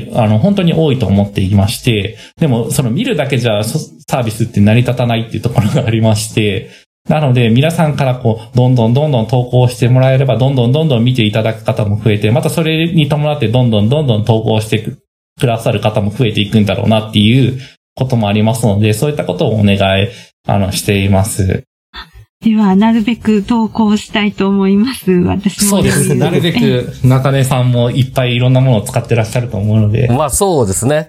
あの、本当に多いと思っていまして、でも、その見るだけじゃサービスって成り立たないっていうところがありまして、なので、皆さんからこう、どんどんどんどん投稿してもらえれば、どんどんどんどん見ていただく方も増えて、またそれに伴ってどんどんどんどん投稿していくくださる方も増えていくんだろうなっていうこともありますので、そういったことをお願い、あの、しています。 では、なるべく投稿したいと思います。私も。 そうです。なるべく、中根さんもいっぱいいろんなものを使ってらっしゃると思うので。 まあ、そうですね。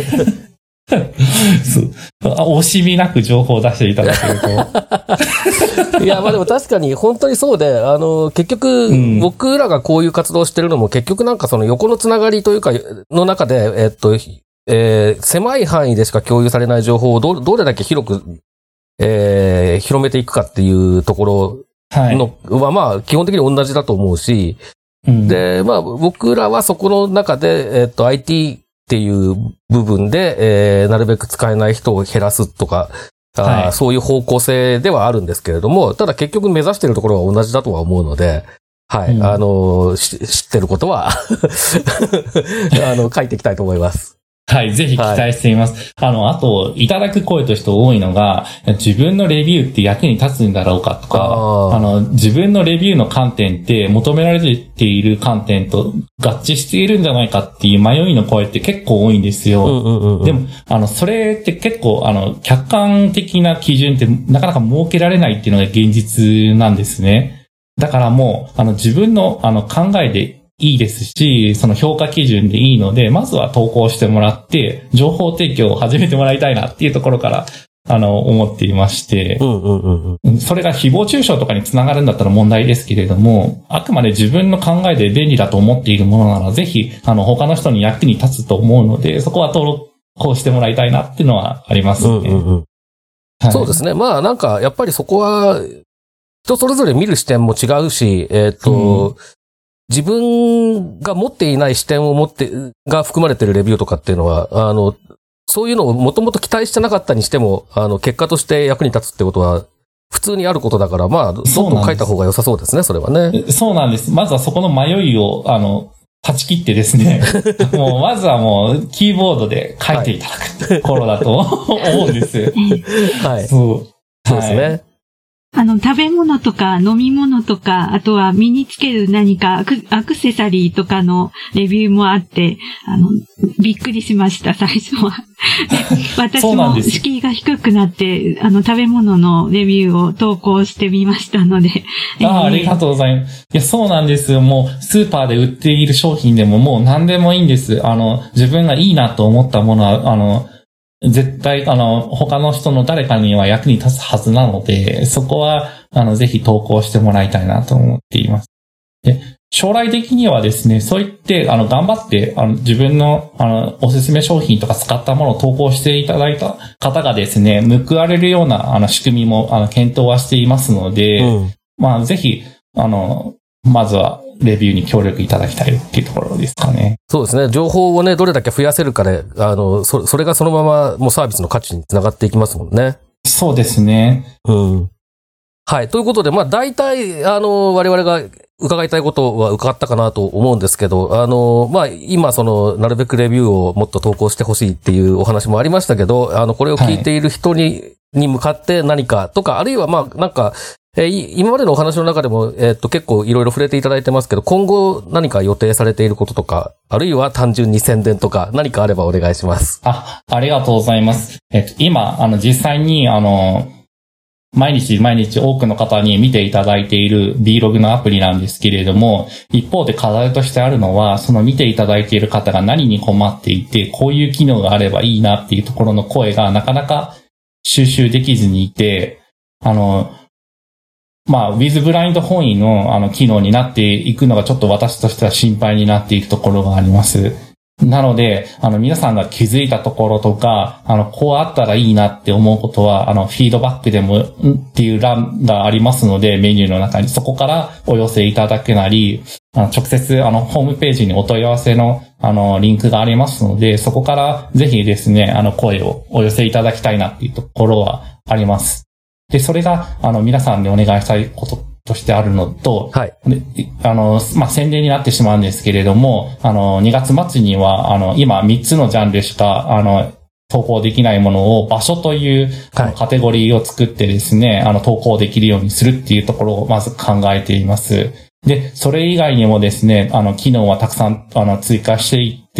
そう惜しみなく情報を出していただけると。いや、まあでも確かに本当にそうで、あの、結局、うん、僕らがこういう活動をしてるのも結局なんかその横のつながりというか、の中で、えっと、えー、狭い範囲でしか共有されない情報をど、どれだけ広く、えー、広めていくかっていうところの、はい、はまあ基本的に同じだと思うし、うん、で、まあ僕らはそこの中で、えっと、アイティー、っていう部分で、えー、なるべく使えない人を減らすとか、はい、あそういう方向性ではあるんですけれども、ただ結局目指しているところは同じだとは思うので、はい、うん、あの、知ってることは、あの、書いていきたいと思います。 はい、ぜひ期待しています。はい、あの、あと、いただく声として多いのが、自分のレビューって役に立つんだろうかとか、あ, あの、自分のレビューの観点って求められている観点と合致しているんじゃないかっていう迷いの声って結構多いんですよ。 うんうんうんうん、 でも、あの、それって結構、あの、客観的な基準ってなかなか設けられないっていうのが現実なんですね。だからもう、あの、自分の、あの、考えで、いいですし、その評価基準でいいので、まずは投稿してもらって、情報提供を始めてもらいたいなっていうところから、あの、思っていまして、 うんうんうんうん、 それが誹謗中傷とかにつながるんだったら問題ですけれども、あくまで自分の考えで便利だと思っているものなら、ぜひ、あの、他の人に役に立つと思うので、そこは登録してもらいたいなっていうのはありますね。 うんうんうんはい、そうですね。まあなんか、やっぱりそこは、人それぞれ見る視点も違うし、えっと、うん自分が持っていない視点を持って、が含まれているレビューとかっていうのは、あの、そういうのをもともと期待してなかったにしても、あの、結果として役に立つってことは、普通にあることだから、まあ、どんどん書いた方が良さそうですね、それはね。 そうなんです。まずはそこの迷いを、あの、断ち切ってですね、もう、まずはもう、キーボードで書いていただくところだと思うんです。 はい。 そう。 そうですね。はいあの、食べ物とか飲み物とか、あとは身につける何かアク、アクセサリーとかのレビューもあって、あの、びっくりしました、最初は。私も敷居が低くなって、あの、食べ物のレビューを投稿してみましたので。 ああ、ありがとうございます。いや、そうなんですよ。もう、スーパーで売っている商品でももう何でもいいんです。あの、自分がいいなと思ったものは、あの、絶対、あの、他の人の誰かには役に立つはずなので、そこは、あの、ぜひ投稿してもらいたいなと思っています。で、将来的にはですね、そう言って、あの、頑張って、あの、自分の、あの、おすすめ商品とか使ったものを投稿していただいた方がですね、報われるような、あの、仕組みも、あの、検討はしていますので、うん、まあ、ぜひ、あの、まずは、レビューに協力いただきたいっていうところですかね。 そうですね。情報をね、どれだけ増やせるかで、あの、そ、それがそのままもうサービスの価値につながっていきますもんね。 そうですね。 うん。はい。ということで、まあ大体、あの、我々が伺いたいことは伺ったかなと思うんですけど、あの、まあ今その、なるべくレビューをもっと投稿してほしいっていうお話もありましたけど、あの、これを聞いている人に、はい、に向かって何かとか、あるいはまあなんか、えー、今までのお話の中でも、えー、っと、結構いろいろ触れていただいてますけど、今後何か予定されていることとか、あるいは単純に宣伝とか、何かあればお願いします。 あ、ありがとうございます。えっと、今、あの、実際に、あの、毎日毎日多くの方に見ていただいている Vlog のアプリなんですけれども、一方で課題としてあるのは、その見ていただいている方が何に困っていて、こういう機能があればいいなっていうところの声がなかなか収集できずにいて、あの、まあ、WithBlind 本位のあの機能になっていくのがちょっと私としては心配になっているところがあります。なので、あの皆さんが気づいたところとか、あの、こうあったらいいなって思うことは、あの、フィードバックでも、んっていう欄がありますので、メニューの中にそこからお寄せいただけなり、あの直接あの、ホームページにお問い合わせのあの、リンクがありますので、そこからぜひですね、あの、声をお寄せいただきたいなっていうところはあります。で、それが、あの、皆さんにお願いしたいこととしてあるのと、 はい。 で、あの、まあ、宣伝になってしまうんですけれども、あの、にがつ末には、あの、今みっつのジャンルしか、あの、投稿できないものを場所という、はい、カテゴリーを作ってですね、あの、投稿できるようにするっていうところをまず考えています。で、それ以外にもですね、あの、機能はたくさん、あの、追加していって、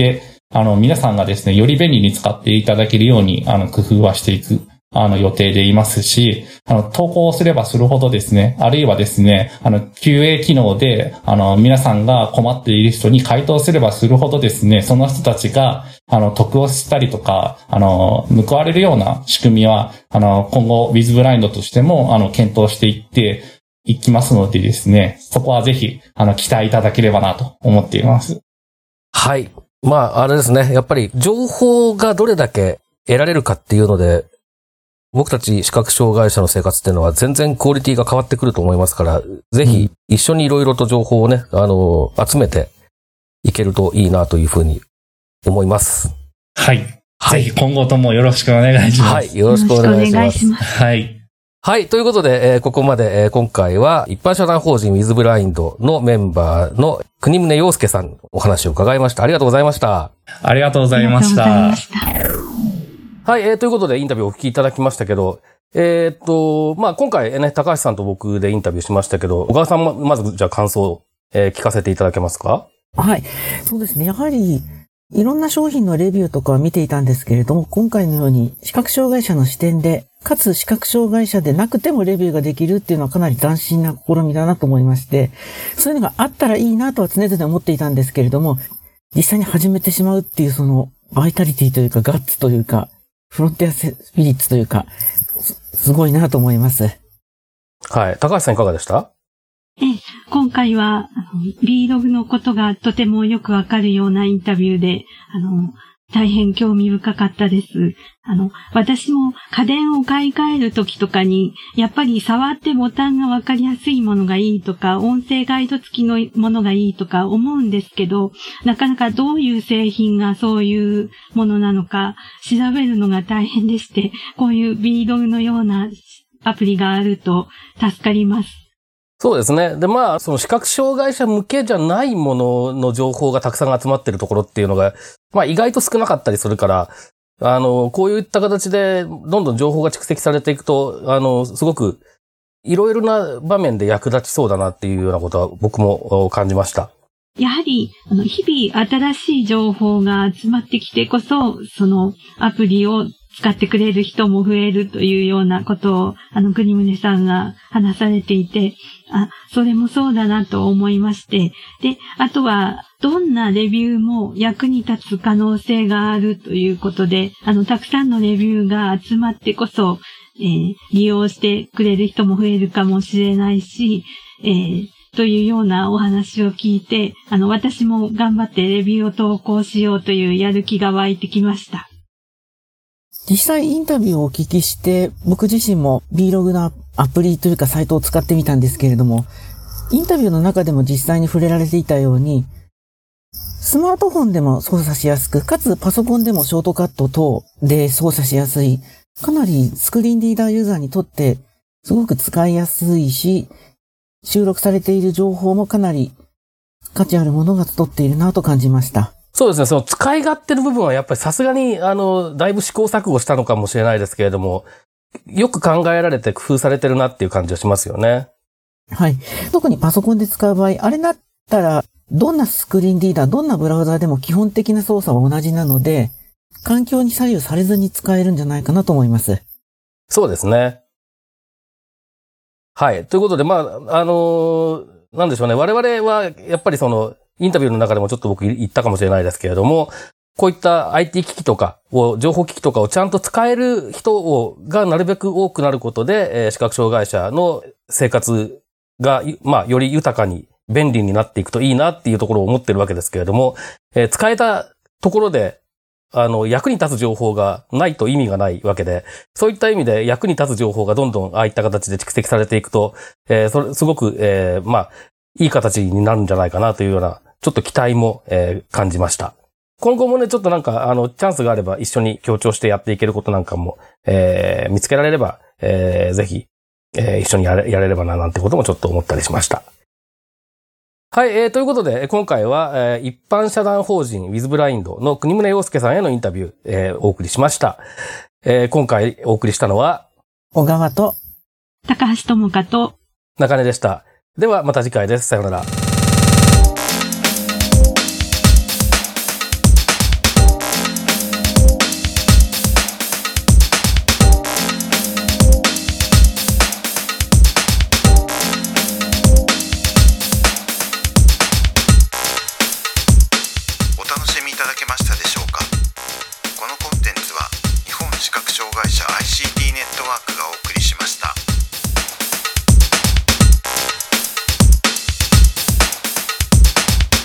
あの、皆さんがですね、より便利に使っていただけるように、あの、工夫はしていく。あの、予定でいますし、あの、投稿すればするほどですね、あるいはですね、あの、キューエー 機能で、あの、皆さんが困っている人に回答すればするほどですね、その人たちが、あの、得をしたりとか、あの、報われるような仕組みは、あの、今後、WithBlind としても、あの、検討していっていきますのでですね、そこはぜひ、あの、期待いただければなと思っています。 はい。まあ、あれですね。やっぱり、情報がどれだけ得られるかっていうので、僕たち視覚障害者の生活っていうのは全然クオリティが変わってくると思いますから、ぜひ一緒にいろいろと情報をね、あの、集めていけるといいなというふうに思います。 はい。はい、ぜひ今後ともよろしくお願いします。 はい。よろしくお願いします。ますはい。 はい。ということで、えー、ここまで、えー、今回は一般社団法人 WithBlind のメンバーの国宗陽介さんお話を伺いました。ありがとうございました。 ありがとうございました。 はい、えー、ということでインタビューをお聞きいただきましたけど、えー、っと、まあ、今回ね、高橋さんと僕でインタビューしましたけど、小川さんもまずじゃあ感想を、えー、聞かせていただけますか？ はい。そうですね。やはり、いろんな商品のレビューとかは見ていたんですけれども、今回のように視覚障害者の視点で、かつ視覚障害者でなくてもレビューができるっていうのはかなり斬新な試みだなと思いまして、そういうのがあったらいいなとは常々思っていたんですけれども、実際に始めてしまうっていうその、バイタリティというかガッツというか、フロンティアスピリッツというか、す、すごいなと思います。 はい。高橋さんいかがでした？ ええ、今回は、Vlog のことがとてもよくわかるようなインタビューで、あの、大変興味深かったです。あの、私も家電を買い替えるときとかに、やっぱり触ってボタンがわかりやすいものがいいとか、音声ガイド付きのものがいいとか思うんですけど、なかなかどういう製品がそういうものなのか調べるのが大変でして、こういう Vlog のようなアプリがあると助かります。 そうですね。で、まあ、その視覚障害者向けじゃないものの情報がたくさん集まってるところっていうのが、まあ意外と少なかったりするから、あの、こういった形でどんどん情報が蓄積されていくと、あの、すごくいろいろな場面で役立ちそうだなっていうようなことは僕も感じました。 やはり、あの、日々新しい情報が集まってきてこそ、そのアプリを使ってくれる人も増えるというようなことを、あの、国宗さんが話されていて、あ、それもそうだなと思いまして、で、あとは、どんなレビューも役に立つ可能性があるということで、あの、たくさんのレビューが集まってこそ、えー、利用してくれる人も増えるかもしれないし、えー、というようなお話を聞いて、あの、私も頑張ってレビューを投稿しようというやる気が湧いてきました。 実際インタビューをお聞きして、僕自身も Vlog のアプリというかサイトを使ってみたんですけれども、インタビューの中でも実際に触れられていたように、スマートフォンでも操作しやすく、かつパソコンでもショートカット等で操作しやすい、かなりスクリーンリーダーユーザーにとってすごく使いやすいし、収録されている情報もかなり価値あるものが集っているなと感じました。 そうですね。その使い勝手の部分はやっぱりさすがに、あの、だいぶ試行錯誤したのかもしれないですけれども、よく考えられて工夫されてるなっていう感じがしますよね。 はい。特にパソコンで使う場合、あれだったら、どんなスクリーンリーダー、どんなブラウザーでも基本的な操作は同じなので、環境に左右されずに使えるんじゃないかなと思います。 そうですね。はい。ということで、まあ、あのー、なんでしょうね。我々は、やっぱりその、インタビューの中でもちょっと僕言ったかもしれないですけれども、こういった アイティー 機器とかを、情報機器とかをちゃんと使える人を、がなるべく多くなることで、えー、視覚障害者の生活が、まあ、より豊かに、便利になっていくといいなっていうところを思ってるわけですけれども、えー、使えたところで、あの、役に立つ情報がないと意味がないわけで、そういった意味で役に立つ情報がどんどんああいった形で蓄積されていくと、えー、それ、すごく、えー、まあ、いい形になるんじゃないかなというような、ちょっと期待も、えー、感じました。今後もね、ちょっとなんか、あの、チャンスがあれば一緒に協調してやっていけることなんかも、えー、見つけられれば、えー、ぜひ、えー、一緒にやれ、やれればな、なんてこともちょっと思ったりしました。はい、えー、ということで、今回は、えー、一般社団法人 WithBlind の国宗陽介さんへのインタビュー、えー、お送りしました。えー、今回お送りしたのは、 小川と、 高橋智香と、 中根でした。では、また次回です。さようなら。